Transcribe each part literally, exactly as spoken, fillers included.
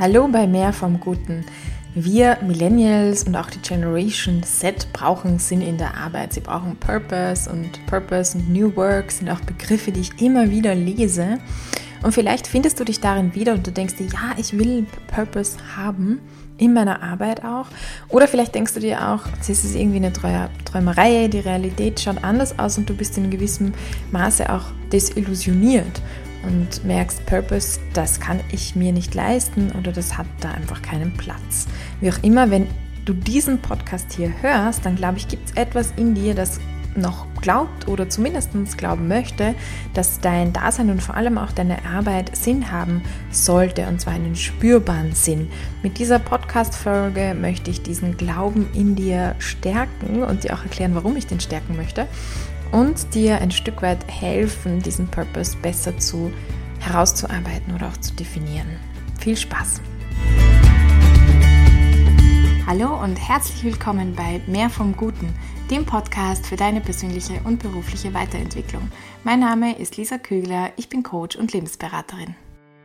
Hallo bei Mehr vom Guten. Wir Millennials und auch die Generation Z brauchen Sinn in der Arbeit. Sie brauchen Purpose und Purpose und New Work sind auch Begriffe, die ich immer wieder lese. Und vielleicht findest du dich darin wieder und du denkst dir, ja, ich will Purpose haben, in meiner Arbeit auch. Oder vielleicht denkst du dir auch, das ist irgendwie eine Träumerei, die Realität schaut anders aus und du bist in gewissem Maße auch desillusioniert und merkst, Purpose, das kann ich mir nicht leisten oder das hat da einfach keinen Platz. Wie auch immer, wenn du diesen Podcast hier hörst, dann glaube ich, gibt es etwas in dir, das noch glaubt oder zumindest glauben möchte, dass dein Dasein und vor allem auch deine Arbeit Sinn haben sollte, und zwar einen spürbaren Sinn. Mit dieser Podcast-Folge möchte ich diesen Glauben in dir stärken und dir auch erklären, warum ich den stärken möchte und dir ein Stück weit helfen, diesen Purpose besser zu herauszuarbeiten oder auch zu definieren. Viel Spaß! Hallo und herzlich willkommen bei Mehr vom Guten, dem Podcast für deine persönliche und berufliche Weiterentwicklung. Mein Name ist Lisa Kügler, ich bin Coach und Lebensberaterin.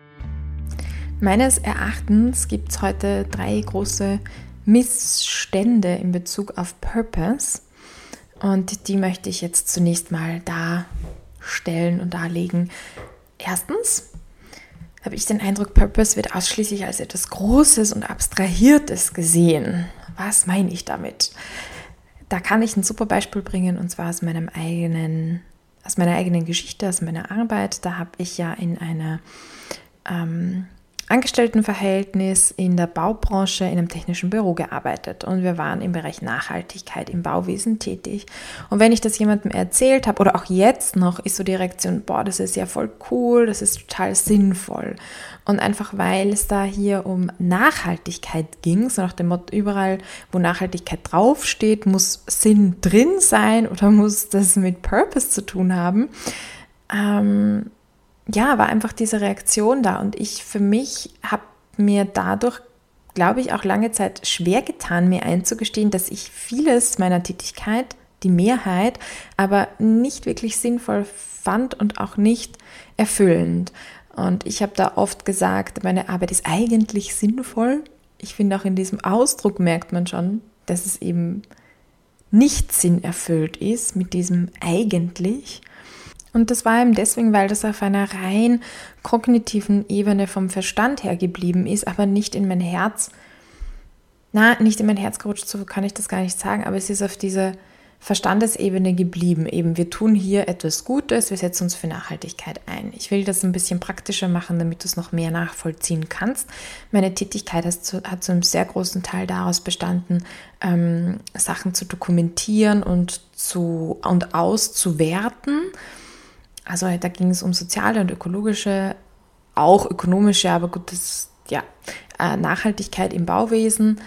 Meines Erachtens gibt es heute drei große Missstände in Bezug auf Purpose und die möchte ich jetzt zunächst mal darstellen und darlegen. Erstens habe ich den Eindruck, Purpose wird ausschließlich als etwas Großes und Abstrahiertes gesehen. Was meine ich damit? Da kann ich ein super Beispiel bringen, und zwar aus meinem eigenen, aus meiner eigenen Geschichte, aus meiner Arbeit. Da habe ich ja in einer ähm, Angestelltenverhältnis in der Baubranche in einem technischen Büro gearbeitet und wir waren im Bereich Nachhaltigkeit im Bauwesen tätig. Und wenn ich das jemandem erzählt habe oder auch jetzt noch, ist so die Reaktion, boah, das ist ja voll cool, das ist total sinnvoll. Und einfach weil es da hier um Nachhaltigkeit ging, so nach dem Motto, überall wo Nachhaltigkeit draufsteht, muss Sinn drin sein oder muss das mit Purpose zu tun haben, ähm, ja, war einfach diese Reaktion da und ich für mich habe mir dadurch, glaube ich, auch lange Zeit schwer getan, mir einzugestehen, dass ich vieles meiner Tätigkeit, die Mehrheit, aber nicht wirklich sinnvoll fand und auch nicht erfüllend. Und ich habe da oft gesagt, meine Arbeit ist eigentlich sinnvoll. Ich finde, auch in diesem Ausdruck merkt man schon, dass es eben nicht sinnerfüllt ist mit diesem eigentlich. Und das war eben deswegen, weil das auf einer rein kognitiven Ebene vom Verstand her geblieben ist, aber nicht in mein Herz, na, nicht in mein Herz gerutscht, so kann ich das gar nicht sagen, aber es ist auf dieser Verstandesebene geblieben. Eben, wir tun hier etwas Gutes, wir setzen uns für Nachhaltigkeit ein. Ich will das ein bisschen praktischer machen, damit du es noch mehr nachvollziehen kannst. Meine Tätigkeit hat zu, hat zu einem sehr großen Teil daraus bestanden, ähm, Sachen zu dokumentieren und, zu, und auszuwerten. Also da ging es um soziale und ökologische, auch ökonomische, aber gut, das, ja, Nachhaltigkeit im Bauwesen.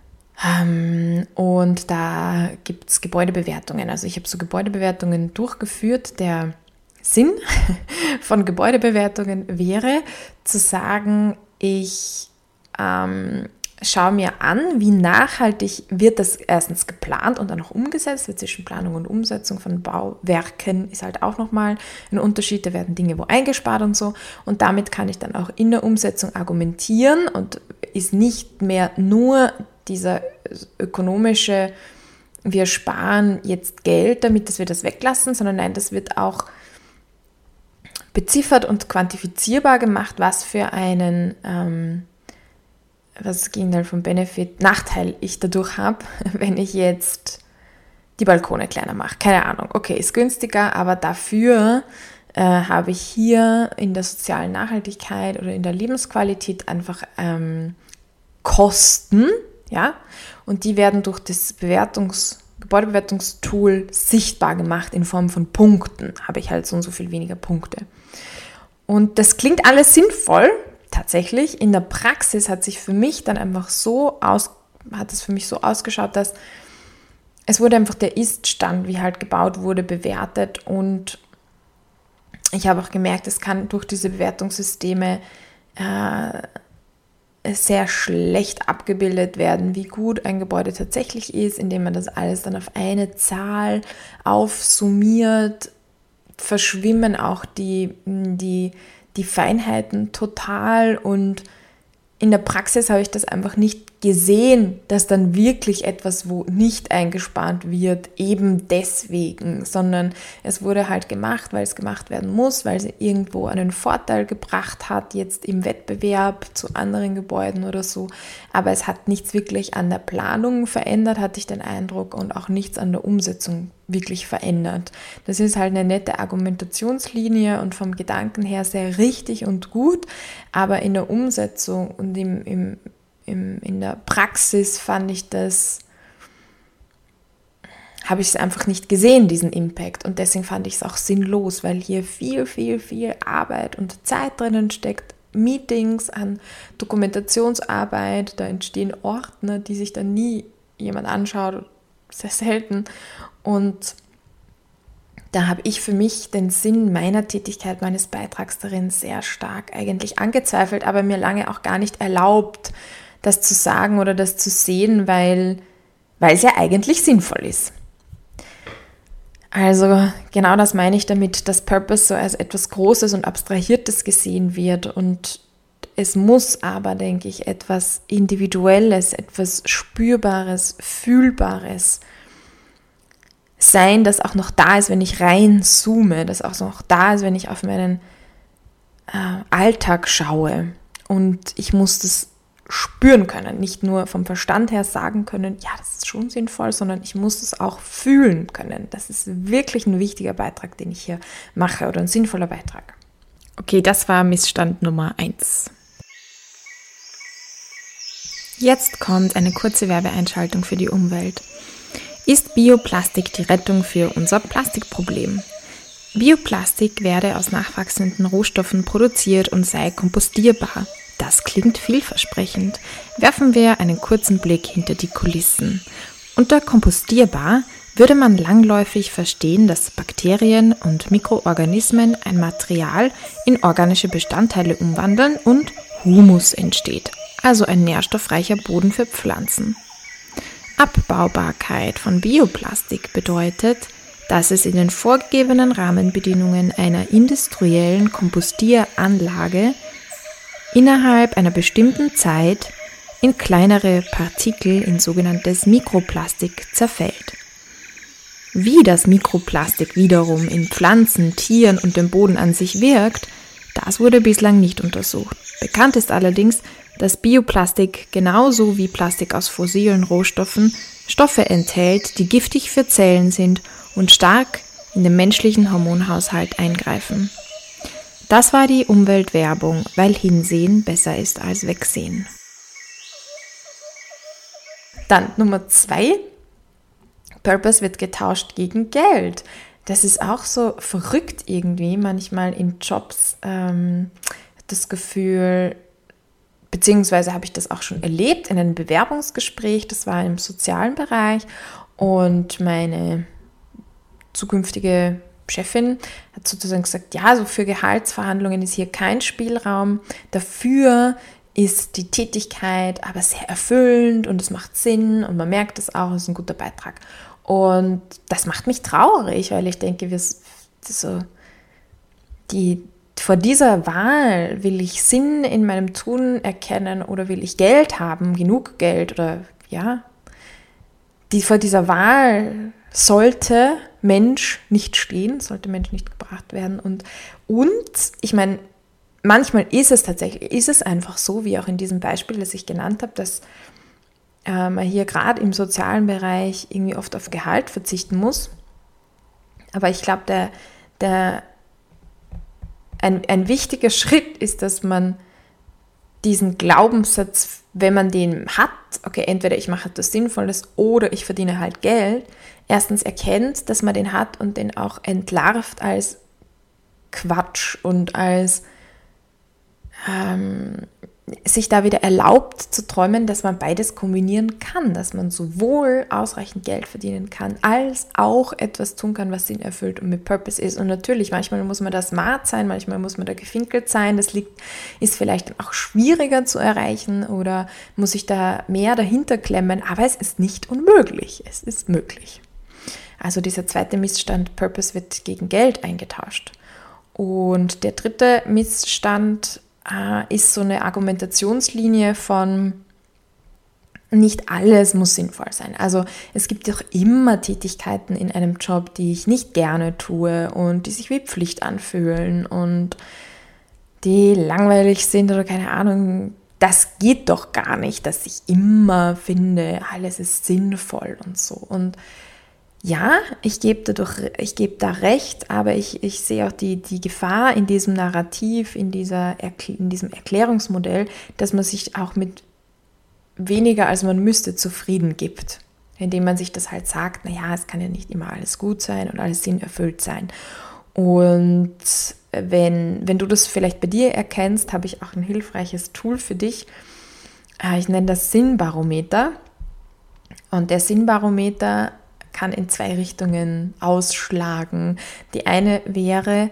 Und da gibt es Gebäudebewertungen. Also ich habe so Gebäudebewertungen durchgeführt. Der Sinn von Gebäudebewertungen wäre, zu sagen, ich ähm, schau mir an, wie nachhaltig wird das erstens geplant und dann auch umgesetzt. Zwischen Planung und Umsetzung von Bauwerken ist halt auch nochmal ein Unterschied. Da werden Dinge wo eingespart und so. Und damit kann ich dann auch in der Umsetzung argumentieren und ist nicht mehr nur dieser ökonomische, wir sparen jetzt Geld, damit dass wir das weglassen, sondern nein, das wird auch beziffert und quantifizierbar gemacht, was für einen ähm, was ging dann vom Benefit, Nachteil ich dadurch habe, wenn ich jetzt die Balkone kleiner mache. Keine Ahnung, okay, ist günstiger, aber dafür äh, habe ich hier in der sozialen Nachhaltigkeit oder in der Lebensqualität einfach ähm, Kosten, ja, und die werden durch das Bewertungs- Gebäudebewertungstool sichtbar gemacht in Form von Punkten. Habe ich halt so und so viel weniger Punkte. Und das klingt alles sinnvoll. Tatsächlich, in der Praxis hat sich für mich dann einfach so aus, hat es für mich so ausgeschaut, dass es wurde einfach der Ist-Stand, wie halt gebaut wurde, bewertet und ich habe auch gemerkt, es kann durch diese Bewertungssysteme äh, sehr schlecht abgebildet werden, wie gut ein Gebäude tatsächlich ist, indem man das alles dann auf eine Zahl aufsummiert, verschwimmen auch die, die die Feinheiten total und in der Praxis habe ich das einfach nicht gesehen, dass dann wirklich etwas, wo nicht eingespart wird, eben deswegen, sondern es wurde halt gemacht, weil es gemacht werden muss, weil es irgendwo einen Vorteil gebracht hat, jetzt im Wettbewerb zu anderen Gebäuden oder so. Aber es hat nichts wirklich an der Planung verändert, hatte ich den Eindruck, und auch nichts an der Umsetzung wirklich verändert. Das ist halt eine nette Argumentationslinie und vom Gedanken her sehr richtig und gut, aber in der Umsetzung und im, im, im, in der Praxis fand ich das, habe ich es einfach nicht gesehen, diesen Impact, und deswegen fand ich es auch sinnlos, weil hier viel, viel, viel Arbeit und Zeit drinnen steckt, Meetings, an Dokumentationsarbeit, da entstehen Ordner, die sich dann nie jemand anschaut, sehr selten. Und da habe ich für mich den Sinn meiner Tätigkeit, meines Beitrags darin sehr stark eigentlich angezweifelt, aber mir lange auch gar nicht erlaubt, das zu sagen oder das zu sehen, weil, weil es ja eigentlich sinnvoll ist. Also genau das meine ich damit, dass Purpose so als etwas Großes und Abstrahiertes gesehen wird, und es muss aber, denke ich, etwas Individuelles, etwas Spürbares, Fühlbares sein, das auch noch da ist, wenn ich reinzoome, das auch noch da ist, wenn ich auf meinen äh, Alltag schaue. Und ich muss das spüren können, nicht nur vom Verstand her sagen können, ja, das ist schon sinnvoll, sondern ich muss es auch fühlen können. Das ist wirklich ein wichtiger Beitrag, den ich hier mache, oder ein sinnvoller Beitrag. Okay, das war Missstand Nummer eins. Jetzt kommt eine kurze Werbeeinschaltung für die Umwelt. Ist Bioplastik die Rettung für unser Plastikproblem? Bioplastik werde aus nachwachsenden Rohstoffen produziert und sei kompostierbar. Das klingt vielversprechend. Werfen wir einen kurzen Blick hinter die Kulissen. Unter kompostierbar würde man langläufig verstehen, dass Bakterien und Mikroorganismen ein Material in organische Bestandteile umwandeln und Humus entsteht, also ein nährstoffreicher Boden für Pflanzen. Abbaubarkeit von Bioplastik bedeutet, dass es in den vorgegebenen Rahmenbedingungen einer industriellen Kompostieranlage innerhalb einer bestimmten Zeit in kleinere Partikel, in sogenanntes Mikroplastik, zerfällt. Wie das Mikroplastik wiederum in Pflanzen, Tieren und dem Boden an sich wirkt, das wurde bislang nicht untersucht. Bekannt ist allerdings, dass Bioplastik genauso wie Plastik aus fossilen Rohstoffen Stoffe enthält, die giftig für Zellen sind und stark in den menschlichen Hormonhaushalt eingreifen. Das war die Umweltwerbung, weil Hinsehen besser ist als Wegsehen. Dann Nummer zwei, Purpose wird getauscht gegen Geld. Das ist auch so verrückt irgendwie, manchmal in Jobs ähm, das Gefühl, beziehungsweise habe ich das auch schon erlebt in einem Bewerbungsgespräch, das war im sozialen Bereich, und meine zukünftige Chefin hat sozusagen gesagt, ja, so für Gehaltsverhandlungen ist hier kein Spielraum, dafür ist die Tätigkeit aber sehr erfüllend und es macht Sinn und man merkt es auch, es ist ein guter Beitrag. Und das macht mich traurig, weil ich denke, wir so die vor dieser Wahl, will ich Sinn in meinem Tun erkennen oder will ich Geld haben, genug Geld oder ja, die vor dieser Wahl sollte Mensch nicht stehen, sollte Mensch nicht gebracht werden. Und, und ich meine, manchmal ist es tatsächlich, ist es einfach so, wie auch in diesem Beispiel, das ich genannt habe, dass äh, man hier gerade im sozialen Bereich irgendwie oft auf Gehalt verzichten muss. Aber ich glaube, der, der Ein, ein wichtiger Schritt ist, dass man diesen Glaubenssatz, wenn man den hat, okay, entweder ich mache etwas Sinnvolles oder ich verdiene halt Geld, erstens erkennt, dass man den hat und den auch entlarvt als Quatsch und als ähm, sich da wieder erlaubt zu träumen, dass man beides kombinieren kann, dass man sowohl ausreichend Geld verdienen kann, als auch etwas tun kann, was Sinn erfüllt und mit Purpose ist. Und natürlich, manchmal muss man da smart sein, manchmal muss man da gefinkelt sein, das liegt, ist vielleicht auch schwieriger zu erreichen oder muss sich da mehr dahinter klemmen, aber es ist nicht unmöglich, es ist möglich. Also dieser zweite Missstand, Purpose wird gegen Geld eingetauscht. Und der dritte Missstand, äh, ist so eine Argumentationslinie von nicht alles muss sinnvoll sein. Also es gibt doch immer Tätigkeiten in einem Job, die ich nicht gerne tue und die sich wie Pflicht anfühlen und die langweilig sind oder keine Ahnung. Das geht doch gar nicht, dass ich immer finde, alles ist sinnvoll und so. Und ja, ich gebe dadurch, ich gebe da recht, aber ich, ich sehe auch die, die Gefahr in diesem Narrativ, in, dieser, in diesem Erklärungsmodell, dass man sich auch mit weniger als man müsste zufrieden gibt, indem man sich das halt sagt, naja, es kann ja nicht immer alles gut sein und alles sinnerfüllt sein. Und wenn, wenn du das vielleicht bei dir erkennst, habe ich auch ein hilfreiches Tool für dich. Ich nenne das Sinnbarometer. Und der Sinnbarometer kann in zwei Richtungen ausschlagen. Die eine wäre,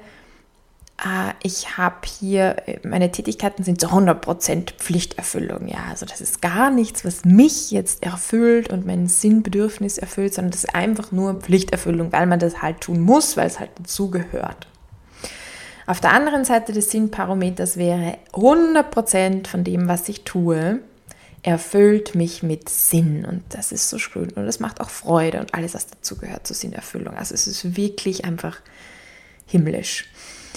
ich habe hier, meine Tätigkeiten sind zu hundert Prozent Pflichterfüllung. Ja, also das ist gar nichts, was mich jetzt erfüllt und mein Sinnbedürfnis erfüllt, sondern das ist einfach nur Pflichterfüllung, weil man das halt tun muss, weil es halt dazugehört. Auf der anderen Seite des Sinnbarometers wäre hundert Prozent von dem, was ich tue, erfüllt mich mit Sinn. Und das ist so schön und das macht auch Freude und alles, was dazugehört zur Sinnerfüllung. Also es ist wirklich einfach himmlisch.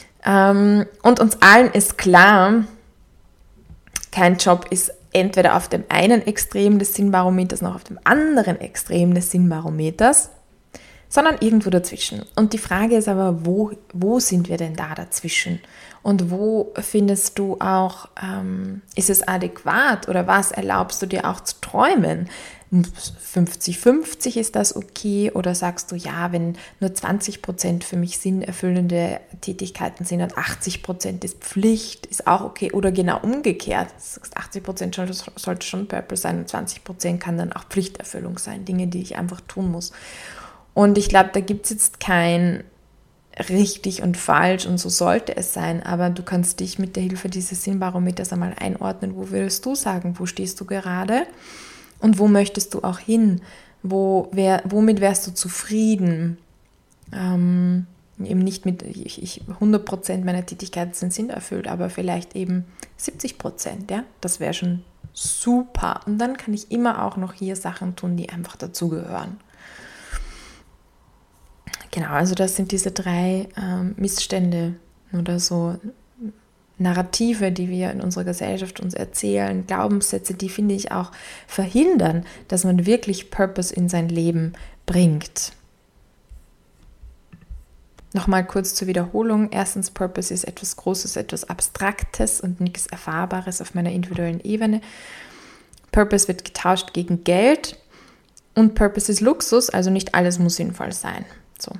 Und uns allen ist klar, kein Job ist entweder auf dem einen Extrem des Sinnbarometers noch auf dem anderen Extrem des Sinnbarometers, sondern irgendwo dazwischen. Und die Frage ist aber, wo, wo sind wir denn da dazwischen? Und wo findest du auch, ähm, ist es adäquat oder was erlaubst du dir auch zu träumen? fünfzig fünfzig ist das okay oder sagst du, ja, wenn nur zwanzig Prozent für mich sinnerfüllende Tätigkeiten sind und achtzig Prozent ist Pflicht, ist auch okay oder genau umgekehrt. Du sagst, achtzig Prozent sollte schon Purpose sein und zwanzig Prozent kann dann auch Pflichterfüllung sein, Dinge, die ich einfach tun muss. Und ich glaube, da gibt es jetzt kein richtig und falsch und so sollte es sein, aber du kannst dich mit der Hilfe dieses Sinnbarometers einmal einordnen, wo würdest du sagen, wo stehst du gerade? Und wo möchtest du auch hin? Wo wär, womit wärst du zufrieden? Ähm, eben nicht mit ich, ich, hundert Prozent meiner Tätigkeiten sind sinnerfüllt, aber vielleicht eben siebzig Prozent. Ja? Das wäre schon super. Und dann kann ich immer auch noch hier Sachen tun, die einfach dazugehören. Genau, also das sind diese drei ähm, Missstände oder so Narrative, die wir in unserer Gesellschaft uns erzählen, Glaubenssätze, die, finde ich, auch verhindern, dass man wirklich Purpose in sein Leben bringt. Nochmal kurz zur Wiederholung. Erstens, Purpose ist etwas Großes, etwas Abstraktes und nichts Erfahrbares auf meiner individuellen Ebene. Purpose wird getauscht gegen Geld und Purpose ist Luxus, also nicht alles muss sinnvoll sein. So.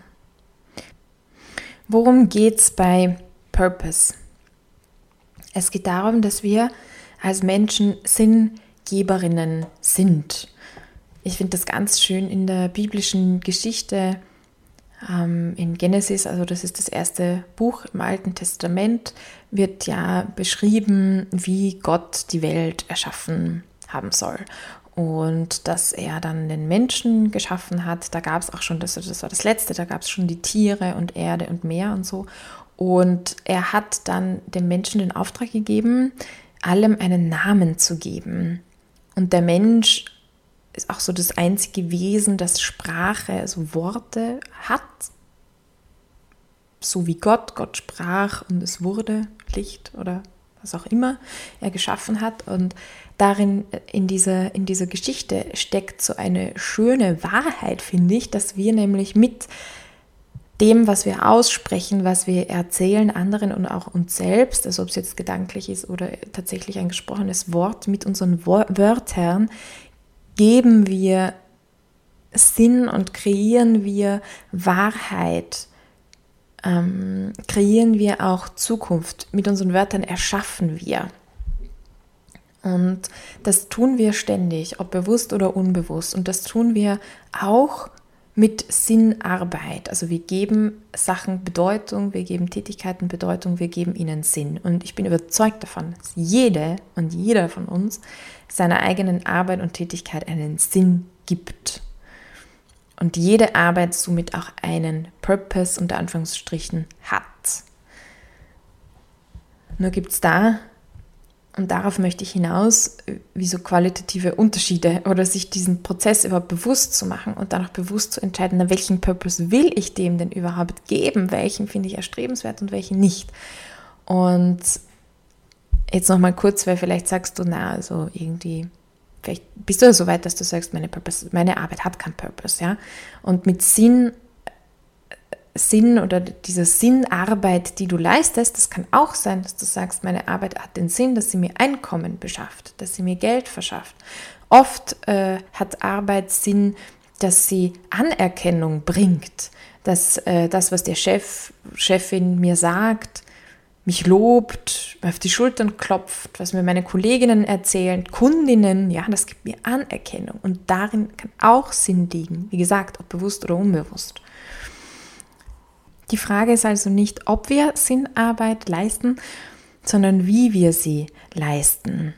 Worum geht es bei Purpose? Es geht darum, dass wir als Menschen Sinngeberinnen sind. Ich finde das ganz schön in der biblischen Geschichte, ähm, in Genesis, also das ist das erste Buch im Alten Testament, wird ja beschrieben, wie Gott die Welt erschaffen haben soll. Und dass er dann den Menschen geschaffen hat, da gab es auch schon, das, das war das Letzte, da gab es schon die Tiere und Erde und Meer und so. Und er hat dann dem Menschen den Auftrag gegeben, allem einen Namen zu geben. Und der Mensch ist auch so das einzige Wesen, das Sprache, also Worte hat. So wie Gott, Gott sprach und es wurde Licht oder was auch immer er geschaffen hat. Und darin, in dieser, in dieser Geschichte steckt so eine schöne Wahrheit, finde ich, dass wir nämlich mit dem, was wir aussprechen, was wir erzählen anderen und auch uns selbst, also ob es jetzt gedanklich ist oder tatsächlich ein gesprochenes Wort, mit unseren Wörtern geben wir Sinn und kreieren wir Wahrheit, ähm, kreieren wir auch Zukunft. Mit unseren Wörtern erschaffen wir. Und das tun wir ständig, ob bewusst oder unbewusst. Und das tun wir auch mit Sinnarbeit. Also wir geben Sachen Bedeutung, wir geben Tätigkeiten Bedeutung, wir geben ihnen Sinn. Und ich bin überzeugt davon, dass jede und jeder von uns seiner eigenen Arbeit und Tätigkeit einen Sinn gibt. Und jede Arbeit somit auch einen Purpose unter Anführungsstrichen hat. Nur gibt es da und darauf möchte ich hinaus, wie so qualitative Unterschiede oder sich diesen Prozess überhaupt bewusst zu machen und dann auch bewusst zu entscheiden, na, welchen Purpose will ich dem denn überhaupt geben, welchen finde ich erstrebenswert und welchen nicht. Und jetzt nochmal kurz, weil vielleicht sagst du, na, also irgendwie, vielleicht bist du ja so weit, dass du sagst, meine Purpose, meine Arbeit hat keinen Purpose, ja. Und mit Sinn, Sinn oder dieser Sinnarbeit, die du leistest, das kann auch sein, dass du sagst, meine Arbeit hat den Sinn, dass sie mir Einkommen beschafft, dass sie mir Geld verschafft. Oft äh, hat Arbeit Sinn, dass sie Anerkennung bringt, dass äh, das, was der Chef, Chefin mir sagt, mich lobt, auf die Schultern klopft, was mir meine Kolleginnen erzählen, Kundinnen, ja, das gibt mir Anerkennung. Und darin kann auch Sinn liegen, wie gesagt, ob bewusst oder unbewusst. Die Frage ist also nicht, ob wir Sinnarbeit leisten, sondern wie wir sie leisten.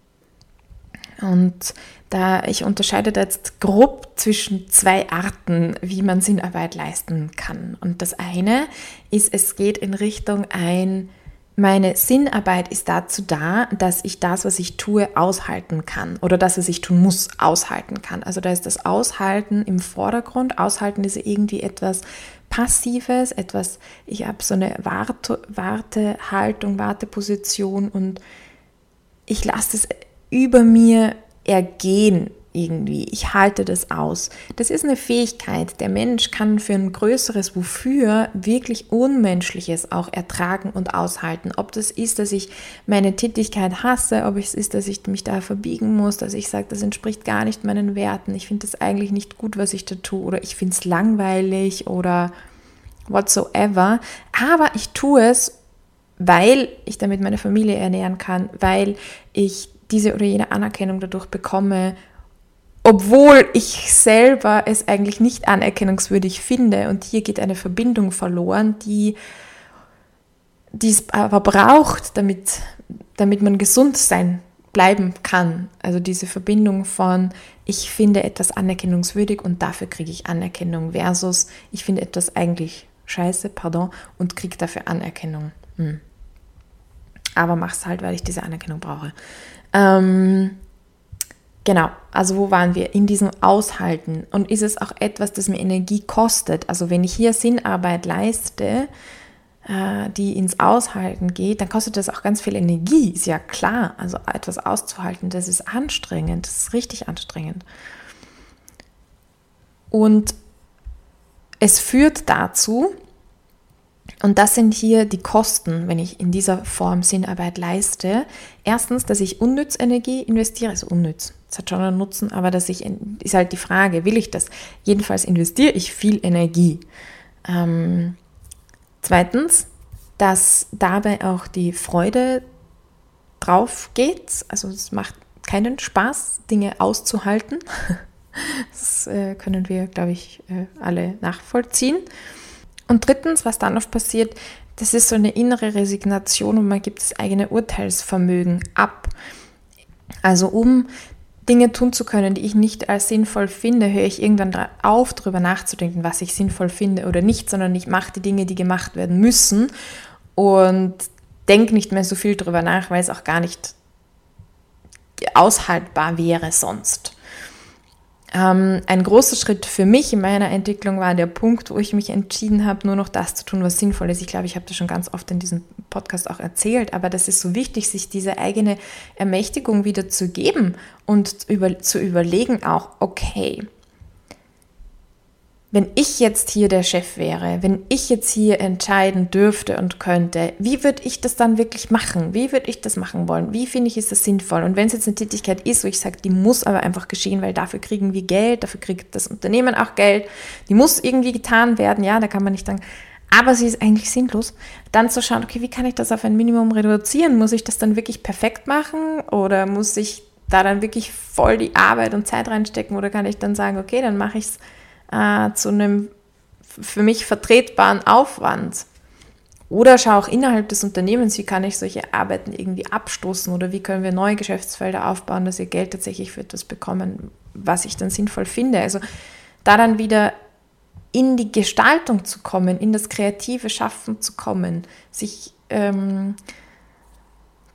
Und da ich unterscheide da jetzt grob zwischen zwei Arten, wie man Sinnarbeit leisten kann. Und das eine ist, es geht in Richtung ein, meine Sinnarbeit ist dazu da, dass ich das, was ich tue, aushalten kann oder das, was ich tun muss, aushalten kann. Also da ist das Aushalten im Vordergrund. Aushalten ist irgendwie etwas Passives, etwas, ich habe so eine Warte, Wartehaltung, Warteposition und ich lasse es über mir ergehen irgendwie. Ich halte das aus. Das ist eine Fähigkeit. Der Mensch kann für ein größeres Wofür wirklich Unmenschliches auch ertragen und aushalten. Ob das ist, dass ich meine Tätigkeit hasse, ob es ist, dass ich mich da verbiegen muss, dass ich sage, das entspricht gar nicht meinen Werten. Ich finde das eigentlich nicht gut, was ich da tue, oder ich finde es langweilig oder whatsoever. Aber ich tue es, weil ich damit meine Familie ernähren kann, weil ich diese oder jene Anerkennung dadurch bekomme, obwohl ich selber es eigentlich nicht anerkennungswürdig finde. Und hier geht eine Verbindung verloren, die, die es aber braucht, damit, damit man gesund sein bleiben kann. Also diese Verbindung von, ich finde etwas anerkennungswürdig und dafür kriege ich Anerkennung versus, ich finde etwas eigentlich scheiße, pardon, und kriege dafür Anerkennung. Hm. Aber mach's halt, weil ich diese Anerkennung brauche. Ähm, Genau, also wo waren wir? In diesem Aushalten. Und ist es auch etwas, das mir Energie kostet? Also wenn ich hier Sinnarbeit leiste, äh, die ins Aushalten geht, dann kostet das auch ganz viel Energie, ist ja klar. Also etwas auszuhalten, das ist anstrengend, das ist richtig anstrengend. Und es führt dazu, und das sind hier die Kosten, wenn ich in dieser Form Sinnarbeit leiste. Erstens, dass ich unnütz Energie investiere, also unnütz, das hat schon einen Nutzen, aber dass ich, ist halt die Frage, will ich das? Jedenfalls investiere ich viel Energie. Ähm, zweitens, dass dabei auch die Freude drauf geht, also es macht keinen Spaß, Dinge auszuhalten. Das äh, können wir, glaube ich, äh, alle nachvollziehen. Und drittens, was dann oft passiert, das ist so eine innere Resignation und man gibt das eigene Urteilsvermögen ab. Also um Dinge tun zu können, die ich nicht als sinnvoll finde, höre ich irgendwann auf, darüber nachzudenken, was ich sinnvoll finde oder nicht, sondern ich mache die Dinge, die gemacht werden müssen und denke nicht mehr so viel darüber nach, weil es auch gar nicht aushaltbar wäre sonst. Ähm, ein großer Schritt für mich in meiner Entwicklung war der Punkt, wo ich mich entschieden habe, nur noch das zu tun, was sinnvoll ist. Ich glaube, ich habe das schon ganz oft in diesem Podcast auch erzählt, aber das ist so wichtig, sich diese eigene Ermächtigung wieder zu geben und über, zu überlegen auch, okay, wenn ich jetzt hier der Chef wäre, wenn ich jetzt hier entscheiden dürfte und könnte, wie würde ich das dann wirklich machen? Wie würde ich das machen wollen? Wie finde ich, ist das sinnvoll? Und wenn es jetzt eine Tätigkeit ist, wo ich sage, die muss aber einfach geschehen, weil dafür kriegen wir Geld, dafür kriegt das Unternehmen auch Geld, die muss irgendwie getan werden, ja, da kann man nicht sagen, aber sie ist eigentlich sinnlos, dann zu schauen, okay, wie kann ich das auf ein Minimum reduzieren? Muss ich das dann wirklich perfekt machen oder muss ich da dann wirklich voll die Arbeit und Zeit reinstecken oder kann ich dann sagen, okay, dann mache ich es Äh, zu einem für mich vertretbaren Aufwand. Oder schaue auch innerhalb des Unternehmens, wie kann ich solche Arbeiten irgendwie abstoßen oder wie können wir neue Geschäftsfelder aufbauen, dass wir Geld tatsächlich für etwas bekommen, was ich dann sinnvoll finde. Also da dann wieder in die Gestaltung zu kommen, in das kreative Schaffen zu kommen, sich ähm,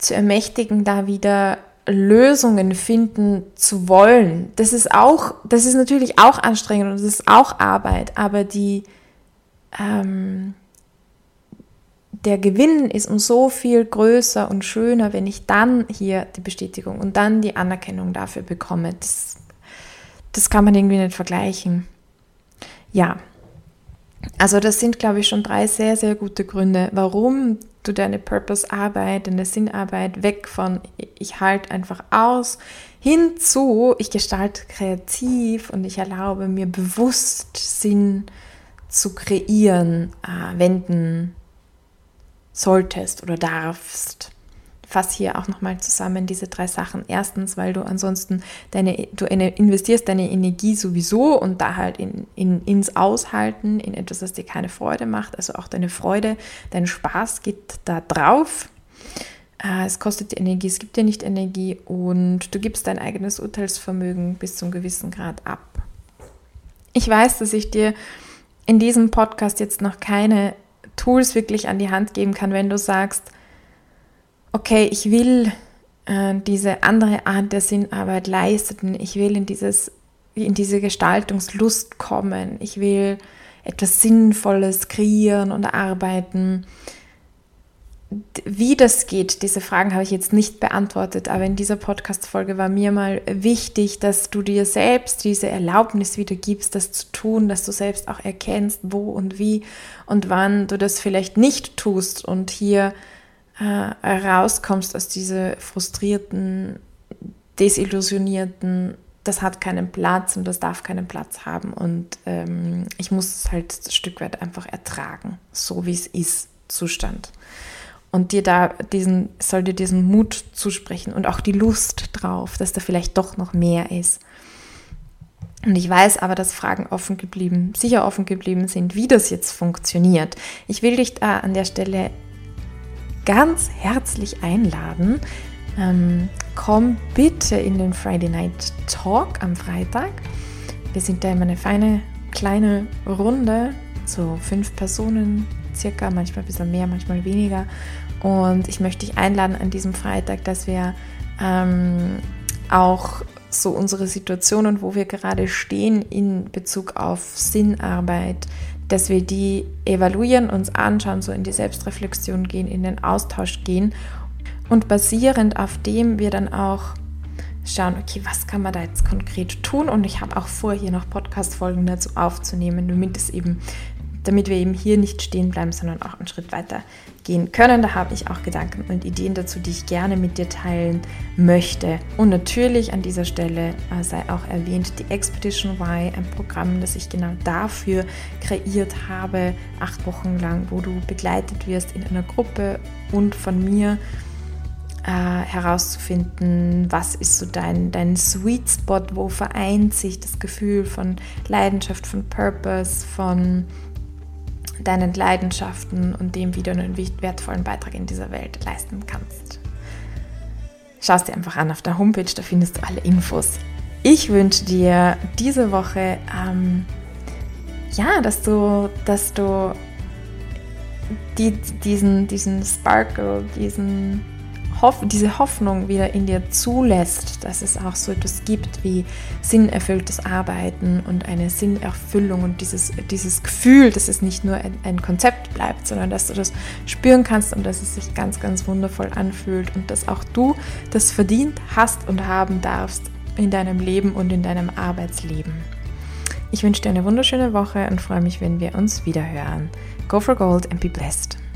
zu ermächtigen, da wieder Lösungen finden zu wollen. Das ist auch, das ist natürlich auch anstrengend und das ist auch Arbeit, aber die, ähm, der Gewinn ist um so viel größer und schöner, wenn ich dann hier die Bestätigung und dann die Anerkennung dafür bekomme. Das, das kann man irgendwie nicht vergleichen. Ja, also das sind, glaube ich, schon drei sehr, sehr gute Gründe, warum du deine Purpose-Arbeit, deine Sinnarbeit weg von ich halte einfach aus, hin zu ich gestalte kreativ und ich erlaube mir bewusst Sinn zu kreieren, äh, wenden solltest oder darfst. Fass hier auch nochmal zusammen diese drei Sachen. Erstens, weil du ansonsten deine, du investierst deine Energie sowieso und da halt in, in, ins Aushalten, in etwas, das dir keine Freude macht. Also auch deine Freude, dein Spaß geht da drauf. Äh, es kostet dir Energie, es gibt dir nicht Energie und du gibst dein eigenes Urteilsvermögen bis zum gewissen Grad ab. Ich weiß, dass ich dir in diesem Podcast jetzt noch keine Tools wirklich an die Hand geben kann, wenn du sagst, okay, ich will äh, diese andere Art der Sinnarbeit leisten, ich will in, dieses, in diese Gestaltungslust kommen, ich will etwas Sinnvolles kreieren und arbeiten. Wie das geht, diese Fragen habe ich jetzt nicht beantwortet, aber in dieser Podcast-Folge war mir mal wichtig, dass du dir selbst diese Erlaubnis wieder gibst, das zu tun, dass du selbst auch erkennst, wo und wie und wann du das vielleicht nicht tust und hier rauskommst aus diese frustrierten, desillusionierten, das hat keinen Platz und das darf keinen Platz haben und ähm, ich muss es halt ein Stück weit einfach ertragen, so wie es ist, Zustand. Und dir da diesen, soll dir diesen Mut zusprechen und auch die Lust drauf, dass da vielleicht doch noch mehr ist. Und ich weiß aber, dass Fragen offen geblieben, sicher offen geblieben sind, wie das jetzt funktioniert. Ich will dich da an der Stelle ganz herzlich einladen. Ähm, komm bitte in den Friday Night Talk am Freitag. Wir sind da immer eine feine kleine Runde, so fünf Personen circa, manchmal ein bisschen mehr, manchmal weniger. Und ich möchte dich einladen an diesem Freitag, dass wir ähm, auch so unsere Situationen, wo wir gerade stehen in Bezug auf Sinnarbeit, dass wir die evaluieren, uns anschauen, so in die Selbstreflexion gehen, in den Austausch gehen und basierend auf dem wir dann auch schauen, okay, was kann man da jetzt konkret tun und ich habe auch vor, hier noch Podcast-Folgen dazu aufzunehmen, damit es eben, damit wir eben hier nicht stehen bleiben, sondern auch einen Schritt weiter gehen können. Da habe ich auch Gedanken und Ideen dazu, die ich gerne mit dir teilen möchte. Und natürlich an dieser Stelle äh, sei auch erwähnt die Expedition Y, ein Programm, das ich genau dafür kreiert habe, acht Wochen lang, wo du begleitet wirst in einer Gruppe und von mir äh, herauszufinden, was ist so dein, dein Sweet Spot, wo vereint sich das Gefühl von Leidenschaft, von Purpose, von deinen Leidenschaften und dem, wie du einen wertvollen Beitrag in dieser Welt leisten kannst. Schau es dir einfach an auf der Homepage, da findest du alle Infos. Ich wünsche dir diese Woche, ähm, ja, dass du, dass du die, diesen, diesen Sparkle, diesen Hoff, diese Hoffnung wieder in dir zulässt, dass es auch so etwas gibt wie sinnerfülltes Arbeiten und eine Sinnerfüllung und dieses, dieses Gefühl, dass es nicht nur ein, ein Konzept bleibt, sondern dass du das spüren kannst und dass es sich ganz, ganz wundervoll anfühlt und dass auch du das verdient hast und haben darfst in deinem Leben und in deinem Arbeitsleben. Ich wünsche dir eine wunderschöne Woche und freue mich, wenn wir uns wieder hören. Go for gold and be blessed.